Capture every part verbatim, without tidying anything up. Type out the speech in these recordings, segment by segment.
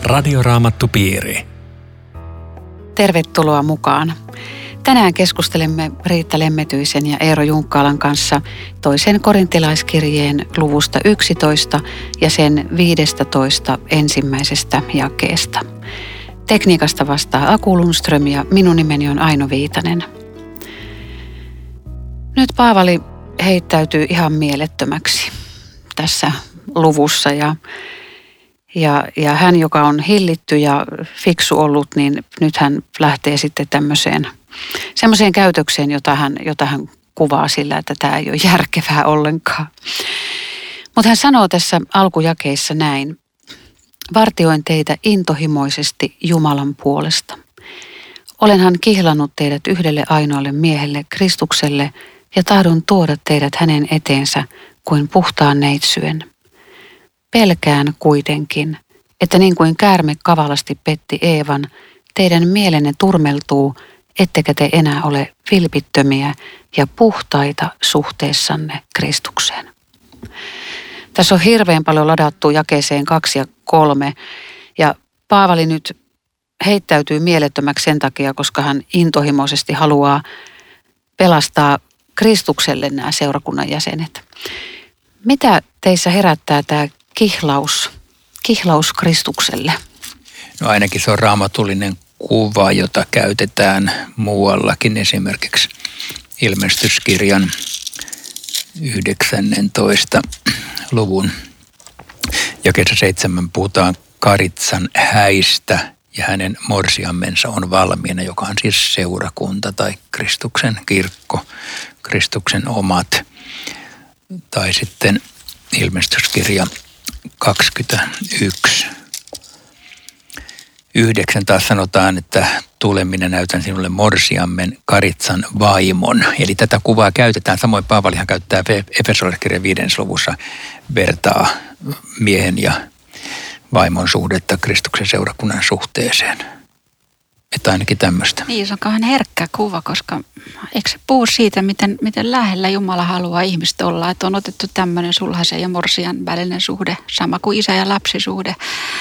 Radioraamattupiiri. Tervetuloa mukaan. Tänään keskustelemme Riitta Lemmetyisen ja Eero Junkkaalan kanssa toisen korintilaiskirjeen luvusta yksitoista ja sen viidestätoista ensimmäisestä jakeesta. Tekniikasta vastaa Aku Lundström ja minun nimeni on Aino Viitanen. Nyt Paavali heittäytyy ihan mielettömäksi tässä luvussa ja, ja, ja hän, joka on hillitty ja fiksu ollut, niin nyt hän lähtee sitten tämmöiseen semmoiseen käytökseen, jota hän, jota hän kuvaa sillä, että tämä ei ole järkevää ollenkaan. Mutta hän sanoo tässä alkujakeissa näin: vartioin teitä intohimoisesti Jumalan puolesta. Olenhan kihlannut teidät yhdelle ainoalle miehelle, Kristukselle, ja tahdon tuoda teidät hänen eteensä kuin puhtaan neitsyen. Pelkään kuitenkin, että niin kuin käärme kavalasti petti Eevan, teidän mielenne turmeltuu, ettekä te enää ole vilpittömiä ja puhtaita suhteessanne Kristukseen. Tässä on hirveän paljon ladattu jakeeseen kaksi ja kolme, ja Paavali nyt heittäytyy mielettömäksi sen takia, koska hän intohimoisesti haluaa pelastaa Kristukselle nämä seurakunnan jäsenet. Mitä teissä herättää tämä kihlaus, kihlaus Kristukselle? No ainakin se on raamatullinen kuva, jota käytetään muuallakin, esimerkiksi ilmestyskirjan yhdeksännentoista luvun jakeessa seitsemän puhutaan Karitsan häistä ja hänen morsiammensa on valmiina, joka on siis seurakunta tai Kristuksen kirkko, Kristuksen omat. Tai sitten ilmestyskirja kaksikymmentäyksi. Yhdeksän taas sanotaan, että tule minä näytän sinulle morsiammen Karitsan vaimon. Eli tätä kuvaa käytetään. Samoin Paavalihan käyttää Efesolaiskirjan viides luvussa vertaa miehen ja vaimon suhdetta Kristuksen seurakunnan suhteeseen. Että ainakin tämmöistä. Niin, se on kauhean herkkä kuva, koska eikö se puhu siitä, miten, miten lähellä Jumala haluaa ihmistä olla. Että on otettu tämmöinen sulhasen ja morsian välinen suhde, sama kuin isä- ja lapsisuhde.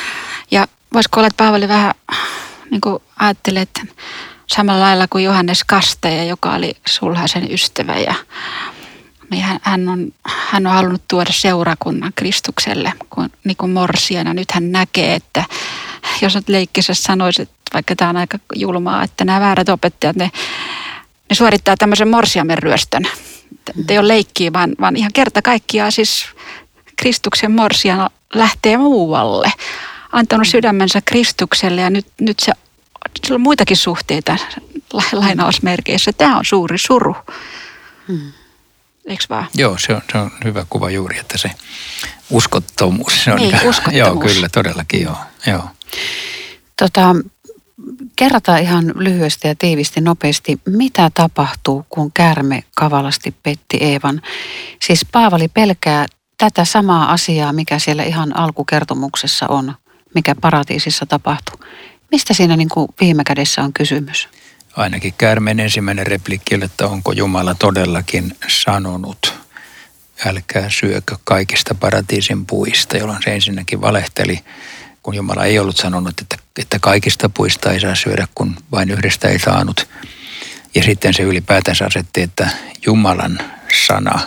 Ja voisiko olla, että Paavali vähän niin kuin ajattelee, että samalla lailla kuin Johannes Kastaja, joka oli sulhasen ystävä. Ja, niin hän, hän, on, hän on halunnut tuoda seurakunnan Kristukselle kun, niin kuin morsiana. Nyt hän näkee, että jos nyt leikkisä sanoisit, vaikka tämä on aika julmaa, että nämä väärät opettajat, ne, ne suorittaa tämmöisen morsiamen ryöstön. Ei ole leikkiä, vaan, vaan ihan kerta kaikkiaan siis Kristuksen morsiana lähtee muualle. Antanut sydämensä Kristukselle ja nyt, nyt se, sillä on muitakin suhteita lainausmerkeissä. Tämä on suuri suru. Hmm. Eikö vaan? Joo, se on, se on hyvä kuva juuri, että se uskottomuus. Se on niin, uskottomuus. Joo, kyllä, todellakin joo. joo. Tota, kerrataan ihan lyhyesti ja tiivisti nopeasti, mitä tapahtuu, kun käärme kavalasti petti Eevan. Siis Paavali pelkää tätä samaa asiaa, mikä siellä ihan alkukertomuksessa on, mikä paratiisissa tapahtuu. Mistä siinä niin kuin viime kädessä on kysymys? Ainakin käärmeen ensimmäinen replikki oli, että onko Jumala todellakin sanonut, älkää syökö kaikista paratiisin puista, jolloin se ensinnäkin valehteli, kun Jumala ei ollut sanonut, että, että kaikista puista ei saa syödä, kun vain yhdestä ei saanut. Ja sitten se ylipäätänsä asetti, että Jumalan sana,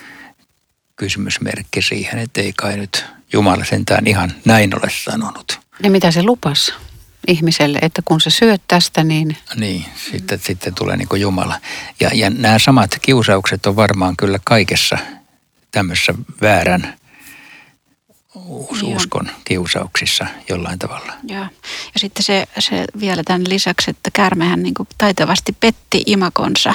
kysymysmerkki siihen, että ei kai nyt Jumala sentään ihan näin ole sanonut. Ja mitä se lupasi ihmiselle, että kun sä syöt tästä, niin... Niin, sitten, sitten tulee niin kuin Jumala. Ja, ja nämä samat kiusaukset on varmaan kyllä kaikessa tämmöisessä väärän uskon kiusauksissa jollain tavalla. Joo. Ja sitten se, se vielä tämän lisäksi, että käärmehän niin kuin taitavasti petti imakonsa,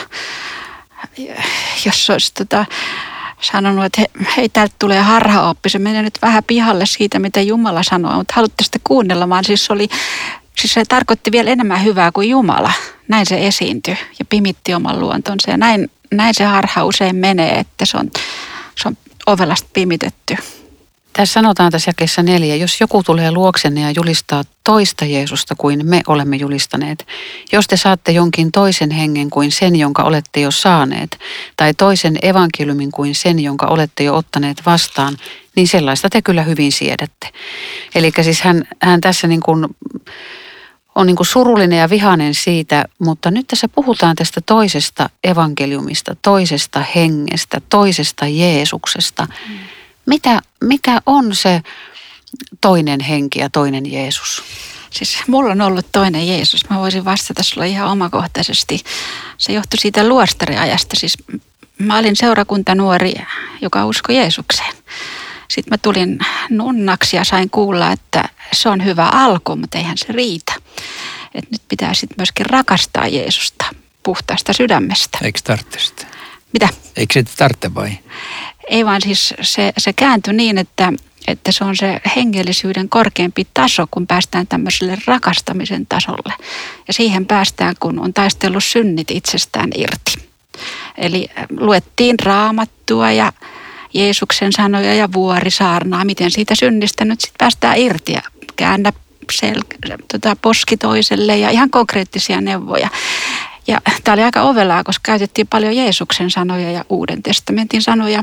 jos olisi tota... sanonut, että he, hei, täältä tulee harhaoppi, se menee nyt vähän pihalle siitä, mitä Jumala sanoo, mutta haluatte sitä kuunnella, vaan siis, oli, siis se tarkoitti vielä enemmän hyvää kuin Jumala. Näin se esiintyi ja pimitti oman luontonsa ja näin, näin se harha usein menee, että se on, se on ovelasta pimitetty. Tässä sanotaan tässä jakeessa neljä, jos joku tulee luoksenne ja julistaa toista Jeesusta kuin me olemme julistaneet, jos te saatte jonkin toisen hengen kuin sen, jonka olette jo saaneet, tai toisen evankeliumin kuin sen, jonka olette jo ottaneet vastaan, niin sellaista te kyllä hyvin siedätte. Eli siis hän, hän tässä niin kuin on niin kuin surullinen ja vihainen siitä, mutta nyt tässä puhutaan tästä toisesta evankeliumista, toisesta hengestä, toisesta Jeesuksesta. Mm. Mitä, mikä on se toinen henki ja toinen Jeesus? Siis mulla on ollut toinen Jeesus. Mä voisin vastata sulle ihan omakohtaisesti. Se johtui siitä luostariajasta. Siis mä olin seurakuntanuori, joka uskoi Jeesukseen. Sitten mä tulin nunnaksi ja sain kuulla, että se on hyvä alku, mutta eihän se riitä. Että nyt pitää sitten myöskin rakastaa Jeesusta puhtaasta sydämestä. Eikö tarvitse sitä? Mitä? Eikö se tarvitse vai? Ei vaan siis se, se kääntyi niin, että, että se on se hengellisyyden korkeampi taso, kun päästään tämmöiselle rakastamisen tasolle. Ja siihen päästään, kun on taistellut synnit itsestään irti. Eli luettiin Raamattua ja Jeesuksen sanoja ja vuorisaarnaa, miten siitä synnistä nyt sitten päästään irti ja käännä sel- tota, poski toiselle ja ihan konkreettisia neuvoja. Ja tämä oli aika ovelaa, koska käytettiin paljon Jeesuksen sanoja ja Uuden testamentin sanoja.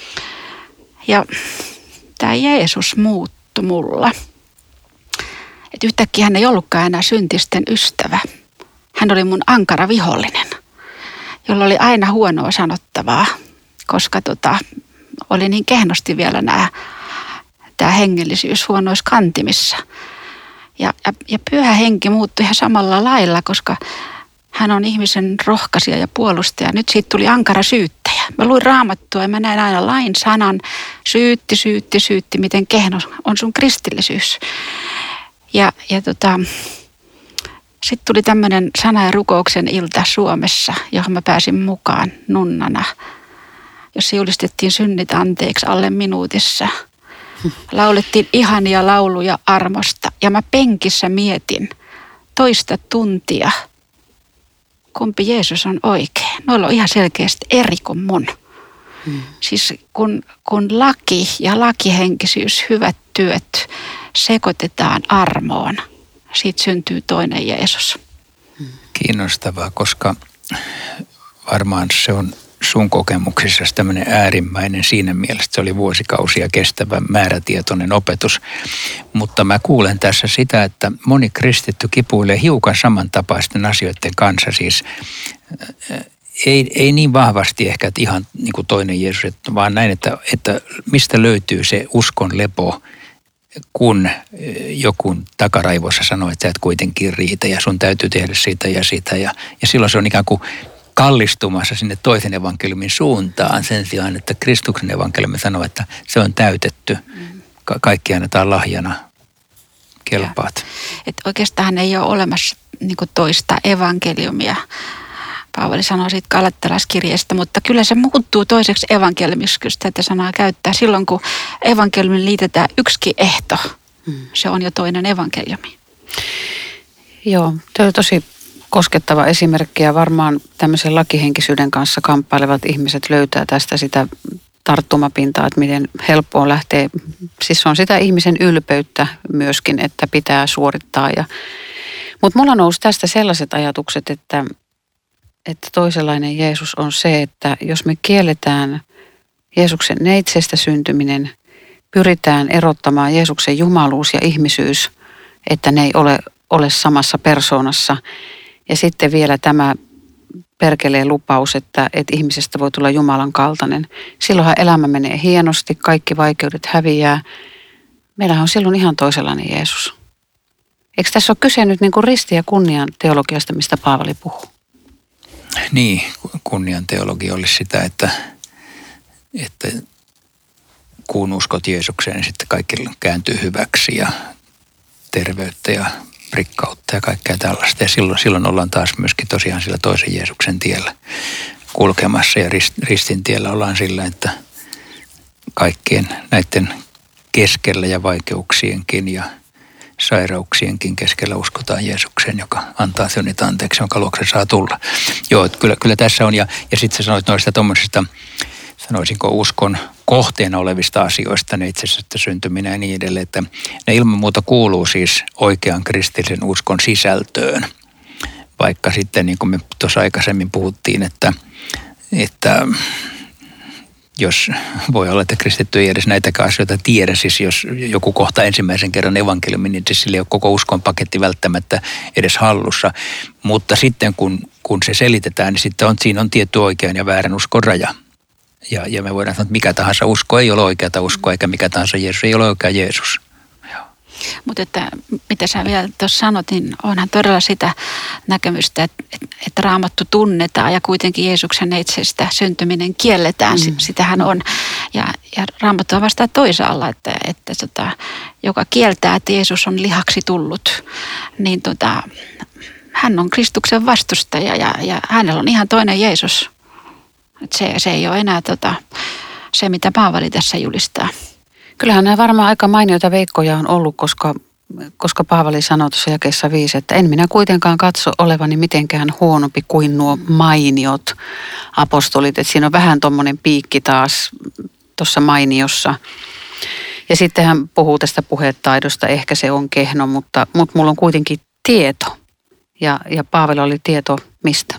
Ja tämä Jeesus muuttui mulla. Että yhtäkkiä hän ei ollutkaan enää syntisten ystävä. Hän oli mun ankara vihollinen, jolla oli aina huonoa sanottavaa, koska tota, oli niin kehnosti vielä nämä, tämä hengellisyys huonoissa kantimissa. Ja, ja, ja pyhä henki muuttui ihan samalla lailla, koska hän on ihmisen rohkaisija ja puolustaja. Nyt siitä tuli ankara syyttäjä. Mä luin Raamattua ja mä näin aina lain sanan. Syytti, syytti, syytti, miten kehno on sun kristillisyys. Ja, ja tota, sitten tuli tämmöinen sana- ja rukouksen ilta Suomessa, johon mä pääsin mukaan nunnana, jossa julistettiin synnit anteeksi alle minuutissa. Laulettiin ihania lauluja armosta ja mä penkissä mietin toista tuntia, kumpi Jeesus on oikein. Noilla on ihan selkeästi eri kuin mun. Hmm. Siis kun, kun laki ja lakihenkisyys, hyvät työt sekoitetaan armoon, siitä syntyy toinen Jeesus. Kiinnostavaa, koska varmaan se on sun kokemuksessa tämmöinen äärimmäinen siinä mielessä, se oli vuosikausia kestävä määrätietoinen opetus. Mutta mä kuulen tässä sitä, että moni kristitty kipuilee hiukan samantapaisten asioiden kanssa. Siis ei, ei niin vahvasti ehkä, että ihan niin kuin toinen Jeesus, vaan näin, että, että mistä löytyy se uskon lepo, kun joku takaraivossa sanoo, että sä et kuitenkin riitä ja sun täytyy tehdä sitä ja sitä. Ja, ja silloin se on ikään kuin kallistumassa sinne toisen evankeliumin suuntaan sen sijaan, että Kristuksen evankeliumi sanoo, että se on täytetty. Ka- kaikki annetaan lahjana. Kelpaat. Että oikeastaan ei ole olemassa niin kuin toista evankeliumia. Paavali sanoo siitä Galattalaiskirjeestä, mutta kyllä se muuttuu toiseksi evankeliumiksi, kun tätä sanaa käyttää. Silloin kun evankeliumiin liitetään yksikin ehto, hmm. se on jo toinen evankeliumi. Joo, tuo on tosi koskettava esimerkki ja varmaan tämmöisen lakihenkisyyden kanssa kamppailevat ihmiset löytää tästä sitä tarttumapintaa, että miten helppoa lähtee. Siis on sitä ihmisen ylpeyttä myöskin, että pitää suorittaa. Ja, mutta mulla nousi tästä sellaiset ajatukset, että, että toisenlainen Jeesus on se, että jos me kielletään Jeesuksen neitsestä syntyminen, pyritään erottamaan Jeesuksen jumaluus ja ihmisyys, että ne ei ole, ole samassa persoonassa. Ja sitten vielä tämä perkeleen lupaus, että, että ihmisestä voi tulla Jumalan kaltainen. Silloinhan elämä menee hienosti, kaikki vaikeudet häviää. Meillähän on silloin ihan toisenlainen Jeesus. Eikö tässä ole kyse nyt niin kuin risti- ja kunnian teologiasta, mistä Paavali puhuu? Niin, kunnian teologia olisi sitä, että, että kun uskot Jeesukseen, niin sitten kaikki kääntyy hyväksi ja terveyttä ja rikkautta ja kaikkea tällaista. Ja silloin, silloin ollaan taas myöskin tosiaan sillä toisen Jeesuksen tiellä kulkemassa ja ristin tiellä ollaan sillä, että kaikkien näiden keskellä ja vaikeuksienkin ja sairauksienkin keskellä uskotaan Jeesukseen, joka antaa synnit anteeksi, jonka luokse saa tulla. Joo, kyllä, kyllä tässä on. Ja, ja sitten sä sanoit noista tuommoisista, sanoisinko uskon kohteena olevista asioista, ne itse asiassa syntyminen ja niin edelleen, että ne ilman muuta kuuluu siis oikean kristillisen uskon sisältöön. Vaikka sitten, niin kuin me tuossa aikaisemmin puhuttiin, että, että jos voi olla, että kristitty ei edes näitäkään asioita tiedä, siis jos joku kohta ensimmäisen kerran evankeliumin, niin sillä ei ole koko uskon paketti välttämättä edes hallussa. Mutta sitten kun, kun se selitetään, niin sitten on, siinä on tietty oikean ja väärän uskon raja. Ja, ja me voidaan sanoa, että mikä tahansa usko ei ole oikeata uskoa, eikä mikä tahansa Jeesus ei ole oikea Jeesus. Mutta että mitä sä vielä tuossa sanot, niin onhan todella sitä näkemystä, että, että Raamattu tunnetaan ja kuitenkin Jeesuksen itsestä syntyminen kielletään. Mm. Sitähän on. Ja, ja Raamattu on vasta toisaalla, että, että tota, joka kieltää, että Jeesus on lihaksi tullut, niin tota, hän on Kristuksen vastustaja ja, ja hänellä on ihan toinen Jeesus. Että se, se ei ole enää tota, se, mitä Paavali tässä julistaa. Kyllähän nämä varmaan aika mainioita veikkoja on ollut, koska, koska Paavali sanoi tuossa jakeessa viisi, että en minä kuitenkaan katso olevani mitenkään huonompi kuin nuo mainiot apostolit. Että siinä on vähän tuommoinen piikki taas tuossa mainiossa. Ja sitten hän puhuu tästä puhetaidosta, ehkä se on kehno, mutta, mutta mulla on kuitenkin tieto. Ja, ja Paavali oli tieto mistä?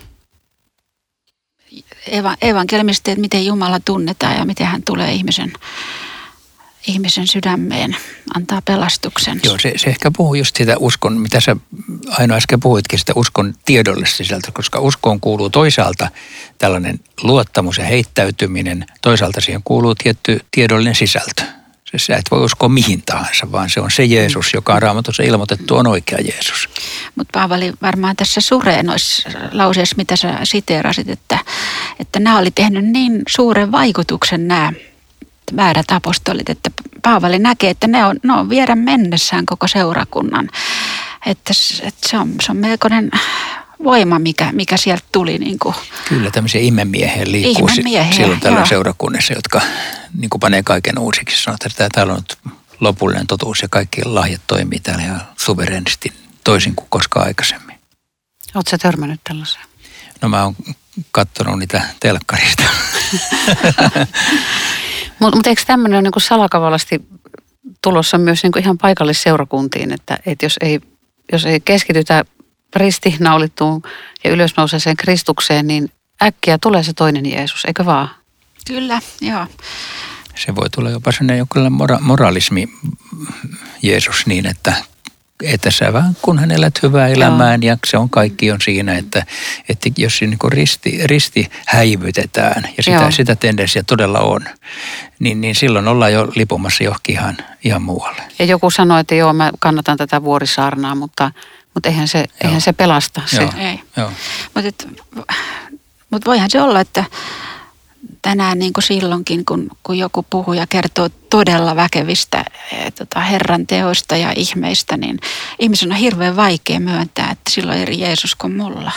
Eva, evankeliumista, että miten Jumala tunnetaan ja miten hän tulee ihmisen ihmisen sydämeen, antaa pelastuksen. Joo, se, se ehkä puhuu just sitä uskon, mitä sä Aino äsken puhuitkin, sitä uskon tiedollista sisältöä, koska uskoon kuuluu toisaalta tällainen luottamus ja heittäytyminen, toisaalta siihen kuuluu tietty tiedollinen sisältö. Sä et voi uskoa mihin tahansa, vaan se on se Jeesus, joka on Raamatussa ilmoitettu, on oikea Jeesus. Mutta Paavali varmaan tässä suree noissa lauseissa, mitä sä siteerasit, että, että nämä oli tehnyt niin suuren vaikutuksen nämä väärät apostolit, että Paavali näkee, että ne on, ne on viedä mennessään koko seurakunnan. Että, että se, on, se on melkoinen voima, mikä, mikä sieltä tuli. Niin kuin. Kyllä, tämmöisiä ihmemiehiä liikkuu ihmemiehiä, silloin tällä seurakunnassa, jotka niin kuin panee kaiken uusiksi. Sanotaan, että täällä on lopullinen totuus ja kaikki lahjat toimii täällä ihan suverenisti toisin kuin koskaan aikaisemmin. Oletko sä törmännyt tällaiseen? No mä oon katsonut niitä telkkarista. Mutta mut eikö tämmöinen niin salakavallasti tulossa myös niin ihan paikallisseurakuntiin, että, että jos, ei, jos ei keskitytä ristiinnaulittuun ja ylösnouseeseen Kristukseen, niin äkkiä tulee se toinen Jeesus, eikö vaan? Kyllä, joo. Se voi tulla jopa sellainen jonkinlainen mora- moralismi Jeesus niin, että että sä vaan kun hän elät hyvää elämään ja se on kaikki on siinä, että, että jos se niin kuin risti, risti häivytetään ja sitä, sitä tendenssiä todella on, niin, niin silloin ollaan jo lipumassa johonkin ihan, ihan muualle. Ja joku sanoi, että joo, mä kannatan tätä vuorisaarnaa, mutta, mutta eihän, se, eihän se pelasta. Se. Joo. Ei. Mutta mut voihan se olla, että tänään niin kuin silloinkin, kun, kun joku puhuu ja kertoo todella väkevistä e, tota, Herran teoista ja ihmeistä, niin ihmisen on hirveän vaikea myöntää, että sillä on eri Jeesus kuin mulla.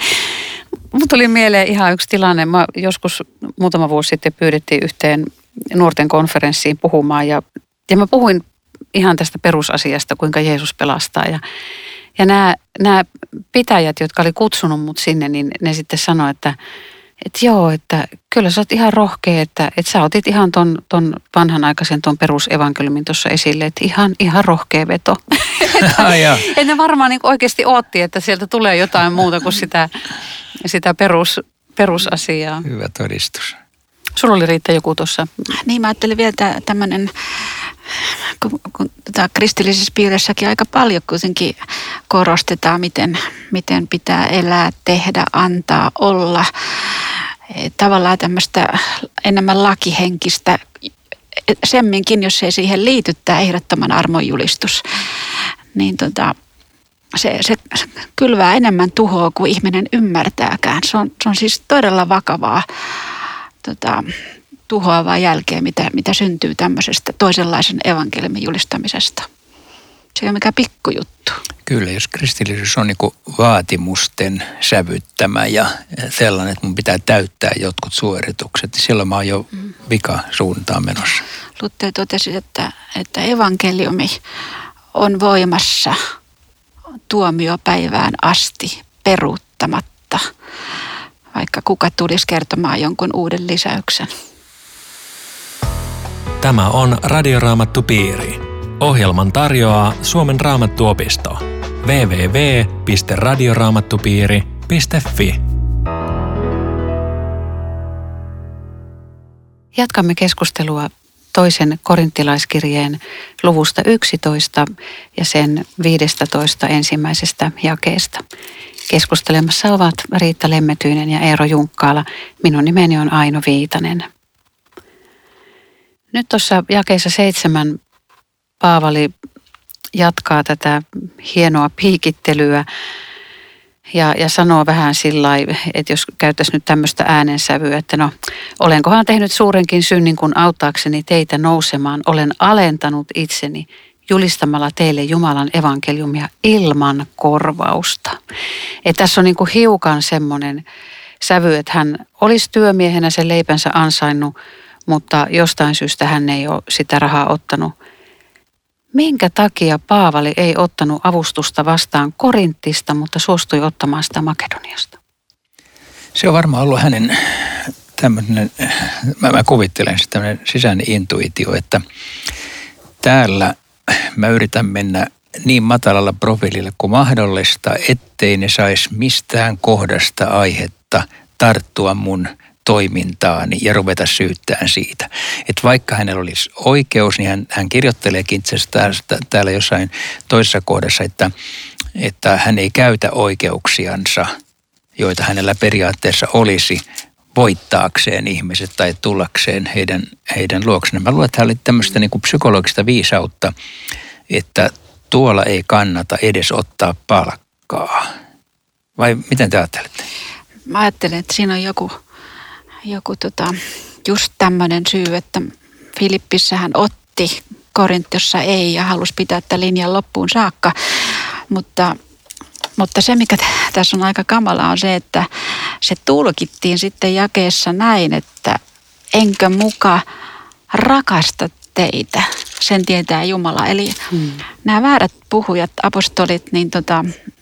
Mut tuli mieleen ihan yksi tilanne. Mä joskus muutama vuosi sitten pyydettiin yhteen nuorten konferenssiin puhumaan ja, ja mä puhuin ihan tästä perusasiasta, kuinka Jeesus pelastaa. Ja, ja nämä, nämä pitäjät, jotka oli kutsunut mut sinne, niin ne sitten sanoi, että Että joo, että kyllä sä oot ihan rohkea, että, että sä otit ihan ton, ton vanhanaikaisen ton perusevankeliumin tuossa esille, että ihan, ihan rohkea veto. että, että ne varmaan niin oikeasti ootti, että sieltä tulee jotain muuta kuin sitä, sitä perus, perusasiaa. Hyvä todistus. Sulla oli Riitta joku tuossa. Niin mä ajattelin vielä tämmöinen, kun, kun tota, kristillisessä piirissäkin aika paljon kuitenkin korostetaan, miten, miten pitää elää, tehdä, antaa, olla. Tavallaan tämmöistä enemmän lakihenkistä, semminkin jos ei siihen liity tämä ehdottoman armonjulistus, niin tota, se, se kylvää enemmän tuhoa kuin ihminen ymmärtääkään. Se on, se on siis todella vakavaa tota, tuhoavaa jälkeä, mitä, mitä syntyy tämmöisestä toisenlaisen evankeliumin julistamisesta. Se ei ole mikään pikkujuttu. Kyllä, jos kristillisyys on niin kuin vaatimusten sävyttämä ja sellainen, että mun pitää täyttää jotkut suoritukset, niin silloin mä oon jo vika suuntaan menossa. Luther totesi, että, että evankeliumi on voimassa tuomiopäivään asti peruuttamatta, vaikka kuka tulisi kertomaan jonkun uuden lisäyksen. Tämä on Radioraamattupiiri. Ohjelman tarjoaa Suomen Raamattuopisto. double-u double-u double-u piste Jatkamme keskustelua toisen korinttilaiskirjeen luvusta yksitoista ja sen viidestätoista ensimmäisestä jakeesta. Keskustelemassa ovat Riitta Lemmetyinen ja Eero Junkkaala. Minun nimeni on Aino Viitanen. Nyt tuossa jakeessa seitsemän Paavali jatkaa tätä hienoa piikittelyä ja, ja sanoo vähän sillä lailla, että jos käyttäisi nyt tämmöistä äänensävyä, että no, olenkohan tehnyt suurenkin synnin, kun auttaakseni teitä nousemaan, olen alentanut itseni julistamalla teille Jumalan evankeliumia ilman korvausta. Että tässä on niin kuin hiukan semmoinen sävy, että hän olisi työmiehenä sen leipänsä ansainnut, mutta jostain syystä hän ei ole sitä rahaa ottanut. Minkä takia Paavali ei ottanut avustusta vastaan Korintista, mutta suostui ottamaan sitä Makedoniasta? Se on varmaan ollut hänen tämmöinen, mä, mä kuvittelen sitä tämmöinen sisäinen intuitio, että täällä mä yritän mennä niin matalalla profiililla kuin mahdollista, ettei ne saisi mistään kohdasta aihetta tarttua mun toimintaani ja ruveta syyttämään siitä. Että vaikka hänellä olisi oikeus, niin hän, hän kirjoitteleekin itse asiassa täällä jossain toisessa kohdassa, että, että hän ei käytä oikeuksiansa, joita hänellä periaatteessa olisi voittaakseen ihmiset tai tullakseen heidän, heidän luokseen. Mä luulen, että hän oli tämmöistä niin kuin psykologista viisautta, että tuolla ei kannata edes ottaa palkkaa. Vai miten te ajattelette? Mä ajattelen, että siinä on joku... Joku tota, just tämmöinen syy, että Filippissä hän otti, Korintiossa ei ja halusi pitää tämän linjan loppuun saakka. Mutta, mutta se, mikä tässä on aika kamalaa, on se, että se tulkittiin sitten jakeessa näin, että enkö muka rakasta teitä, sen tietää Jumala. Eli hmm. nämä väärät puhujat, apostolit, niin tota,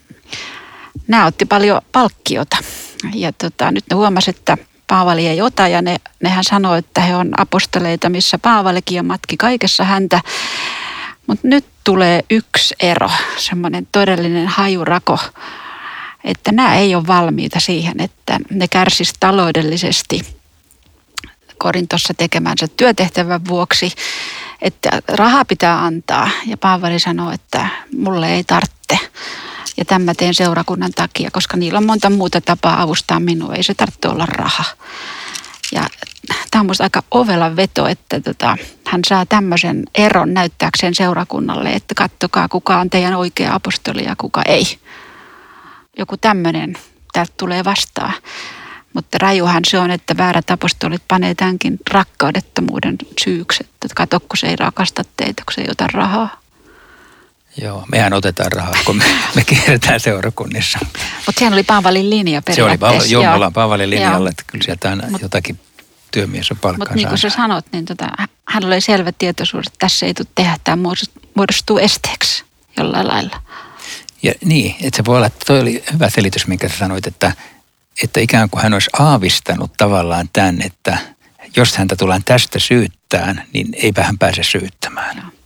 nämä otti paljon palkkiota. Ja tota, nyt ne huomasi, että Paavali ei ota ja ne, nehän sanoo, että he on apostoleita, missä Paavalikin ja matki kaikessa häntä. Mutta nyt tulee yksi ero, semmoinen todellinen hajurako, että nämä ei ole valmiita siihen, että ne kärsisi taloudellisesti Korintossa tekemänsä työtehtävän vuoksi, että rahaa pitää antaa. Ja Paavali sanoo, että mulle ei tarvitse. Ja tämä teen seurakunnan takia, koska niillä on monta muuta tapaa avustaa minua. Ei se tarvitse olla raha. Ja tämä on minusta aika ovela veto, että tota, hän saa tämmöisen eron näyttääkseen seurakunnalle, että katsokaa kuka on teidän oikea apostoli ja kuka ei. Joku tämmöinen täältä tulee vastaan. Mutta rajuhan se on, että väärät apostolit panee tämänkin rakkaudettomuuden syyksi. Että kato, kun se ei rakasta teitä, kun se ei ota rahaa. Joo, mehän otetaan rahaa, kun me, me kierretään seurakunnissa. Mutta sehän oli Paavalin linja periaatteessa. Se oli, Paava, joo, me ollaan Paavalin linjalla, että kyllä sieltä aina mut, jotakin työmies on palkkaan. Mutta niin kuin sä sanot, niin tota, hän oli selvä tietoisuus, että tässä ei tule tehdä, tämä muodostuu esteeksi jollain lailla. Ja niin, että se voi olla, että toi oli hyvä selitys, minkä sä sanoit, että, että ikään kuin hän olisi aavistanut tavallaan tämän, että jos häntä tullaan tästä syyttämään, niin eipä hän pääse syyttämään. Joo.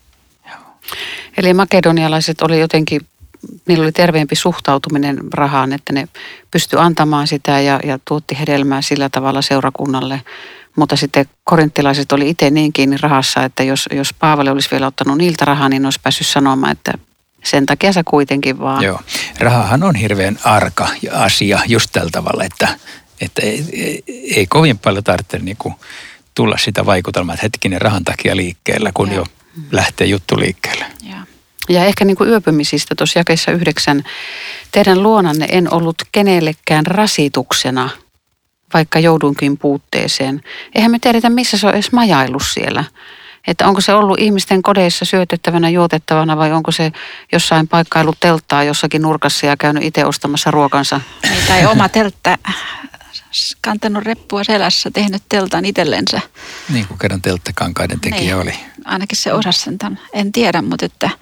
Eli makedonialaiset oli jotenkin, niillä oli terveempi suhtautuminen rahaan, että ne pystyi antamaan sitä ja, ja tuotti hedelmää sillä tavalla seurakunnalle. Mutta sitten korinttilaiset oli itse niin kiinni rahassa, että jos, jos Paavali olisi vielä ottanut niiltä rahaa, niin olisi päässyt sanomaan, että sen takia sä kuitenkin vaan. Joo, rahahan on hirveän arka asia just tällä tavalla, että, että ei, ei, ei kovin paljon tarvitse niin kuin tulla sitä vaikutelmaa, että hetkinen rahan takia liikkeellä, kun Joo. jo lähtee juttu liikkeelle. Joo. Ja ehkä niin kuin yöpymisistä tuossa jakeessa yhdeksän. Teidän luonanne en ollut kenellekään rasituksena, vaikka joudunkin puutteeseen. Eihän me tiedetä, missä se on edes majaillut siellä. Että onko se ollut ihmisten kodeissa syötettävänä, juotettavana vai onko se jossain paikkailu telttaa jossakin nurkassa ja käynyt itse ostamassa ruokansa? Ei, tai oma teltta, kantanut reppua selässä, tehnyt teltan itsellensä. Niin kuin kerran telttakankaiden tekijä niin, oli. Ainakin se osasi sen tämän. En tiedä, mutta, että,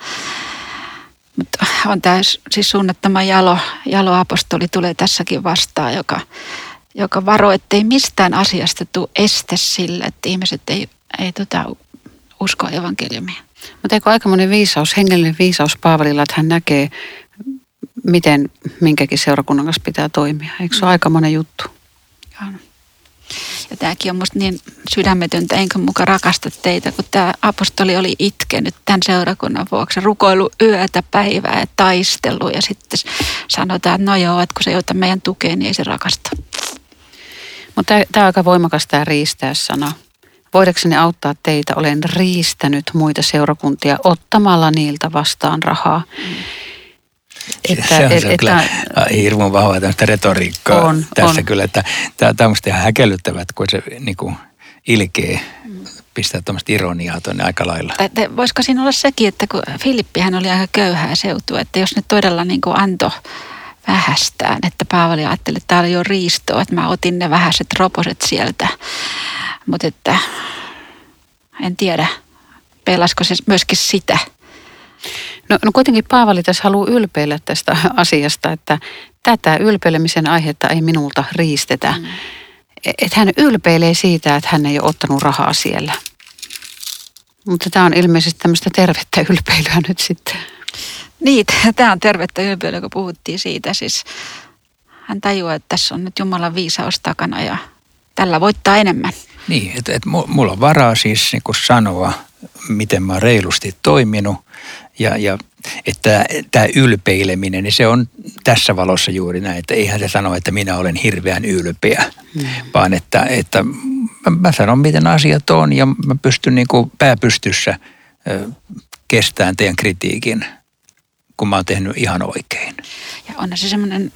mutta on tämä siis suunnattama jalo, jaloapostoli tulee tässäkin vastaan, joka, joka varoo, ettei mistään asiasta tule este sille, että ihmiset ei, ei tota, usko evankeliumia. Mutta eikö aikamoinen viisaus, hengellinen viisaus Paavalilla, että hän näkee, miten minkäkin seurakunnan kanssa pitää toimia. Eikö se ole aikamoinen juttu? Ja tämäkin on musta niin sydämetöntä, enkä muka rakasta teitä, kun tämä apostoli oli itkenyt tämän seurakunnan vuoksi. Rukoilu yötä, päivää ja taistelu ja sitten sanotaan, että no joo, että kun se ei ota meidän tukea, niin ei se rakasta. Mutta tämä on aika voimakas tämä riistää-sana. Voidakseni auttaa teitä, olen riistänyt muita seurakuntia ottamalla niiltä vastaan rahaa. Mm. Että, se on, et, se on et, kyllä että, hirveän vahvaa tämmöistä retoriikkaa on, tässä on. Kyllä, että tämä on musta ihan häkellyttävät, kun se niin kuin ilkee mm. pistää tuommoista ironiaa tuonne aika lailla. Tai, voisiko siinä olla sekin, että kun Filippihän oli aika köyhää seutua, että jos ne todella niin kuin antoi vähästään, että Paavali ajatteli, että täällä ei ole riistoa, että mä otin ne vähäiset roposet sieltä, mutta että en tiedä, pelasko se myöskin sitä. No, no kuitenkin Paavali tässä haluaa ylpeillä tästä asiasta, että tätä ylpeilemisen aihetta ei minulta riistetä. Mm. Että hän ylpeilee siitä, että hän ei ole ottanut rahaa siellä. Mutta tämä on ilmeisesti tämmöistä tervettä ylpeilyä nyt sitten. Niin, tämä on tervettä ylpeilyä, kun puhuttiin siitä. Siis hän tajuaa, että tässä on nyt Jumalan viisaus takana ja tällä voittaa enemmän. Niin, että et mulla on varaa siis niin kuin sanoa, miten mä oon reilusti toiminut. Ja, ja että tämä ylpeileminen, niin se on tässä valossa juuri näin, että eihän se sano, että minä olen hirveän ylpeä, mm. vaan että, että mä, mä sanon, miten asiat on ja mä pystyn niin kuin pääpystyssä kestämään teidän kritiikin, kun mä oon tehnyt ihan oikein. Ja on se semmoinen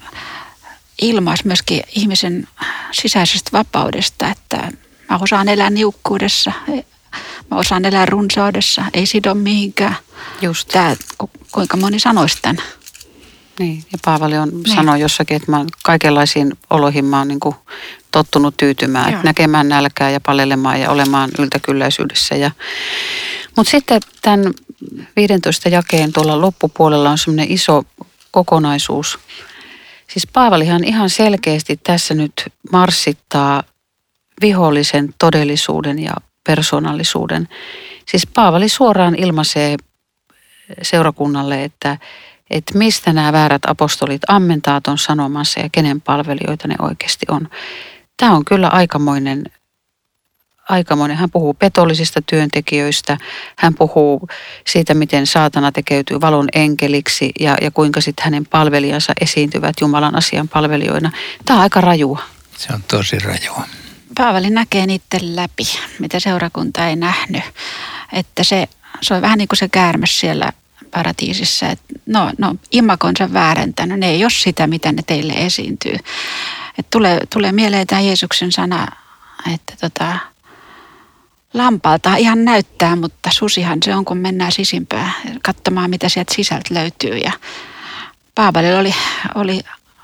ilmaus myöskin ihmisen sisäisestä vapaudesta, että mä osaan elää niukkuudessa. Mä osaan elää runsaudessa, ei sido mihinkään. Just. Tää, ku, kuinka moni sanoisi tämän. Niin, ja Paavali on niin. sanoi jossakin, että mä kaikenlaisiin oloihin mä oon niin kuin tottunut tyytymään. Että näkemään nälkää ja palelemaan ja olemaan yltäkylläisyydessä. Ja... Mutta sitten tämän viidentoista jakeen tuolla loppupuolella on semmoinen iso kokonaisuus. Siis Paavalihan ihan selkeästi tässä nyt marssittaa vihollisen todellisuuden ja persoonallisuuden. Siis Paavali suoraan ilmaisee seurakunnalle, että, että mistä nämä väärät apostolit ammentaa ton sanomansa ja kenen palvelijoita ne oikeasti on. Tämä on kyllä aikamoinen, aikamoinen. Hän puhuu petollisista työntekijöistä, hän puhuu siitä, miten saatana tekeytyy valon enkeliksi ja, ja kuinka sitten hänen palvelijansa esiintyvät Jumalan asian palvelijoina. Tämä on aika rajua. Se on tosi rajua. Paavali näkee niiden läpi, mitä seurakunta ei nähnyt. Että se, se on vähän niin kuin se käärme siellä paratiisissa, että no, no imakonsa väärentänyt, ne ei ole sitä, mitä ne teille esiintyy. Että tulee, tulee mieleen tämä Jeesuksen sana, että tota, lampaalta ihan näyttää, mutta susihan se on, kun mennään sisimpään katsomaan, mitä sieltä sisältä löytyy. Ja Paavalilla oli... oli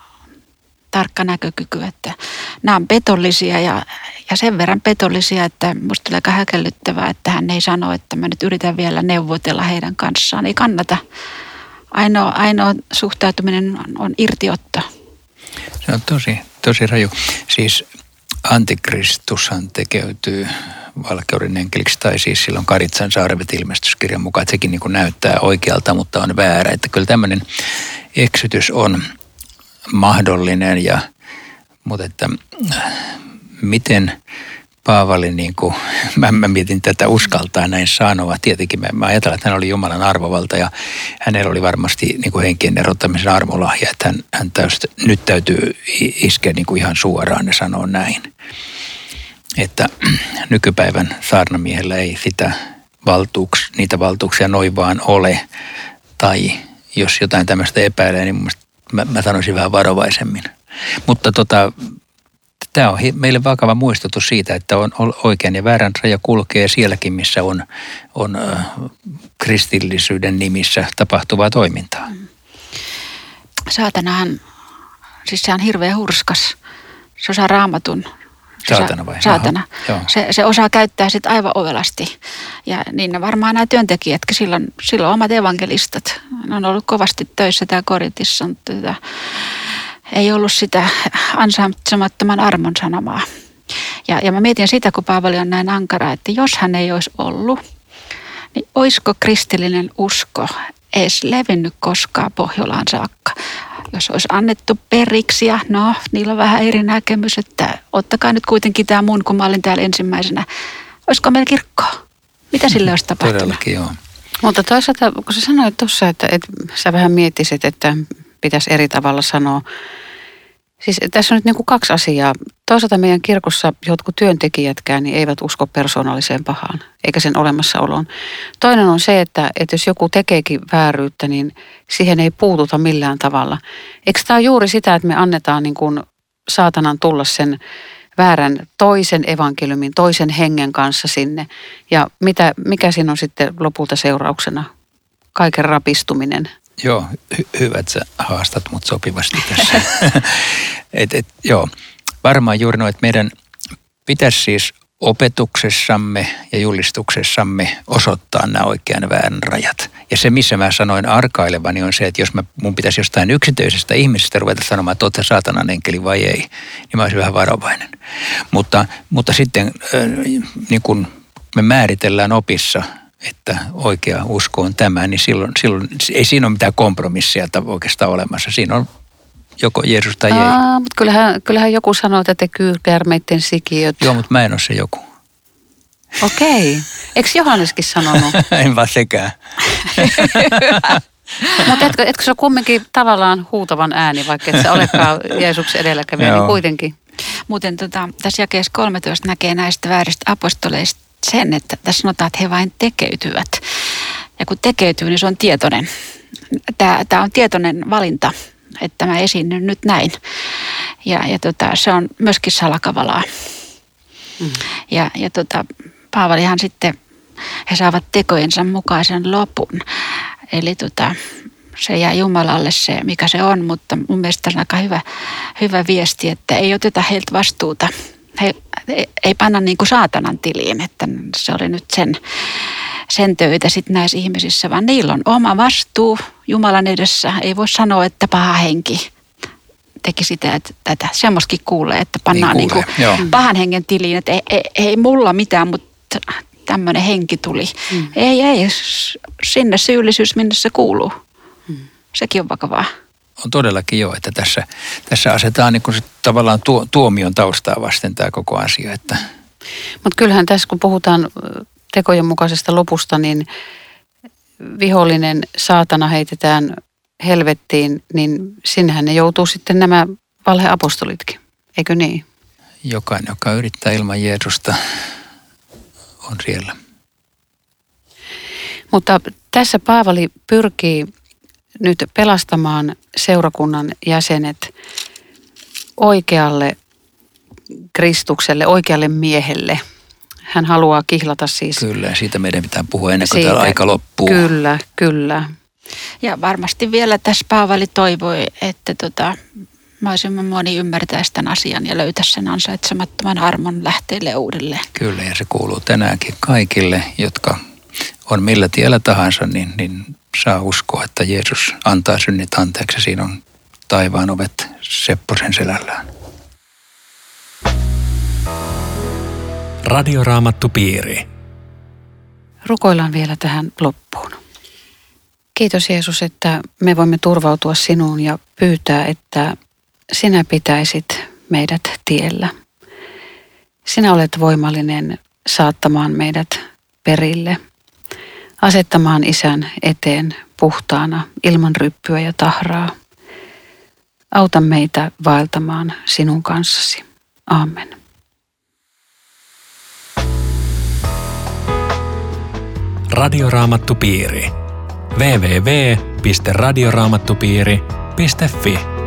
tarkka näkökyky, että nämä on petollisia ja, ja sen verran petollisia, että musta tulee aika häkellyttävää, että hän ei sano, että mä nyt yritän vielä neuvotella heidän kanssaan. Ei kannata. Ainoa, ainoa suhtautuminen on, on irtiotto. Se on tosi, tosi raju. Siis antikristushan tekeytyy valkeuden enkeliksi, tai siis silloin Karitsan Saarvet ilmestyskirjan mukaan, että sekin niin kuin näyttää oikealta, mutta on väärä. Että kyllä tämmöinen eksytys on mahdollinen, ja, mutta että miten Paavali, niin kuin, mä, mä mietin tätä uskaltaa näin sanoa. Tietenkin mä, mä ajatellaan, että hän oli Jumalan arvovalta ja hänellä oli varmasti niin kuin henkien erottamisen armolahja, että hän, hän täystä, nyt täytyy iskeä niin kuin ihan suoraan ja sanoa näin. Että nykypäivän saarnamiehellä ei sitä valtuuks, niitä valtuuksia noin vaan ole, tai jos jotain tämmöistä epäilee, niin mun mielestä Mä, mä sanoisin vähän varovaisemmin. Mutta tota, tämä on meille vakava muistutus siitä, että on oikean ja väärän raja kulkee sielläkin, missä on, on äh, kristillisyyden nimissä tapahtuvaa toimintaa. Saatanahan, siis se on hirveän hurskas. Se osaa raamatun. Saatana vai? Saatana. Se, se osaa käyttää sitä aivan ovelasti. Ja niin varmaan nämä työntekijätkin, silloin, silloin omat evankelistat. Ne on ollut kovasti töissä täällä Korintissa, mutta tätä, ei ollut sitä ansaitsemattoman armon sanomaa. Ja, ja mä mietin sitä, kun Paavali on näin ankara, että jos hän ei olisi ollut, niin olisiko kristillinen usko edes levinnyt koskaan Pohjolaan saakka? jos olisi annettu periksi ja no, niillä on vähän eri näkemys, että ottakaa nyt kuitenkin tämä mun, kun mä olin täällä ensimmäisenä. Olisiko meillä kirkkoa? Mitä sille olisi tapahtunut? Todellakin joo. Mutta toisaalta, kun sä sanoit tuossa, että, että sä vähän miettisit, että pitäisi eri tavalla sanoa. Siis tässä on nyt niin kuin kaksi asiaa. Toisaalta meidän kirkossa jotkut työntekijätkään niin eivät usko persoonalliseen pahaan, eikä sen olemassaoloon. Toinen on se, että, että jos joku tekeekin vääryyttä, niin siihen ei puututa millään tavalla. Eikö tämä ole juuri sitä, että me annetaan niin kuin saatanan tulla sen väärän toisen evankeliumin, toisen hengen kanssa sinne. Ja mitä, mikä siinä on sitten lopulta seurauksena? Kaiken rapistuminen. Joo, hy- hyvä, että sä haastat mut sopivasti tässä. et, et, joo, varmaan juuri noin, että meidän pitäisi siis opetuksessamme ja julistuksessamme osoittaa nämä oikean väärän rajat. Ja se, missä mä sanoin arkailevani, on se, että jos mä, mun pitäisi jostain yksityisestä ihmisestä ruveta sanomaan, että oot sä saatanan enkeli vai ei, niin mä olisin vähän varovainen. Mutta, mutta sitten äh, niin kun me määritellään opissa, että oikea usko on tämä, niin silloin, silloin ei siinä ole mitään kompromissia oikeastaan olemassa. Siinä on joko Jeesus tai Aa, ei. mutta kyllähän, kyllähän joku sanoo, että te kyykärmeitten sikiöt. Joo, mutta mä en ole se joku. Okei. Eikö Johanneskin sanonut? En vaan sekään. Mutta etkö, etkö se ole kumminkin tavallaan huutavan ääni, vaikka et sä olekaan Jeesuksen edelläkävijä, niin kuitenkin. Muuten tota, tässä jakeessa kolmetoista näkee näistä vääristä apostoleista sen, että tässä sanotaan, että he vain tekeytyvät. Ja kun tekeytyy, niin se on tietoinen. Tämä, tämä on tietoinen valinta, että mä esiinnyn nyt näin. Ja, ja tota, se on myöskin salakavalaa. Mm. Ja, ja tota, Paavalihan sitten, he saavat tekojensa mukaisen lopun. Eli tota, se jää Jumalalle se, mikä se on, mutta mun mielestä on aika hyvä, hyvä viesti, että ei oteta heiltä vastuuta. He, ei panna niin kuin saatanan tiliin, että se oli nyt sen, sen töitä sitten näissä ihmisissä, vaan niillä on oma vastuu Jumalan edessä. Ei voi sanoa, että paha henki teki sitä, että tätä semmoistakin kuulee, että pannaan niin kuulee, niin kuin pahan hengen tiliin, että ei, ei, ei mulla mitään, mutta tämmöinen henki tuli. Mm. Ei, ei, sinne syyllisyys, minne se kuuluu. Mm. Sekin on vakavaa. On todellakin joo, että tässä, tässä asetaan niin kuin se tavallaan tuo, tuomion taustaa vasten tämä koko asia. Että... Mutta kyllähän tässä, kun puhutaan tekojen mukaisesta lopusta, niin vihollinen saatana heitetään helvettiin, niin sinnehän ne joutuu sitten nämä valheapostolitkin, eikö niin? Jokainen, joka yrittää ilman Jeesusta, on siellä. Mutta tässä Paavali pyrkii nyt pelastamaan seurakunnan jäsenet oikealle Kristukselle, oikealle miehelle. Hän haluaa kihlata siis. Kyllä, siitä meidän pitää puhua ennen kuin siitä, täällä aika loppuu. Kyllä, kyllä. Ja varmasti vielä tässä Paavali toivoi, että tota, mahdollisimman moni ymmärtäisi tämän asian ja löytäisi sen ansaitsemattoman armon lähteelle uudelleen. Kyllä, ja se kuuluu tänäänkin kaikille, jotka on millä tiellä tahansa, niin, niin saa uskoa, että Jeesus antaa synnit anteeksi. Siinä on taivaan ovet Sepposen selällään. Radioraamattupiiri. Rukoillaan vielä tähän loppuun. Kiitos Jeesus, että me voimme turvautua sinuun ja pyytää, että sinä pitäisit meidät tiellä. Sinä olet voimallinen saattamaan meidät perille, asettamaan Isän eteen puhtaana ilman ryppyä ja tahraa. Auta meitä vaeltamaan sinun kanssasi. Aamen. Radioraamattupiiri. double-u double-u double-u piste radioraamattupiiri piste fi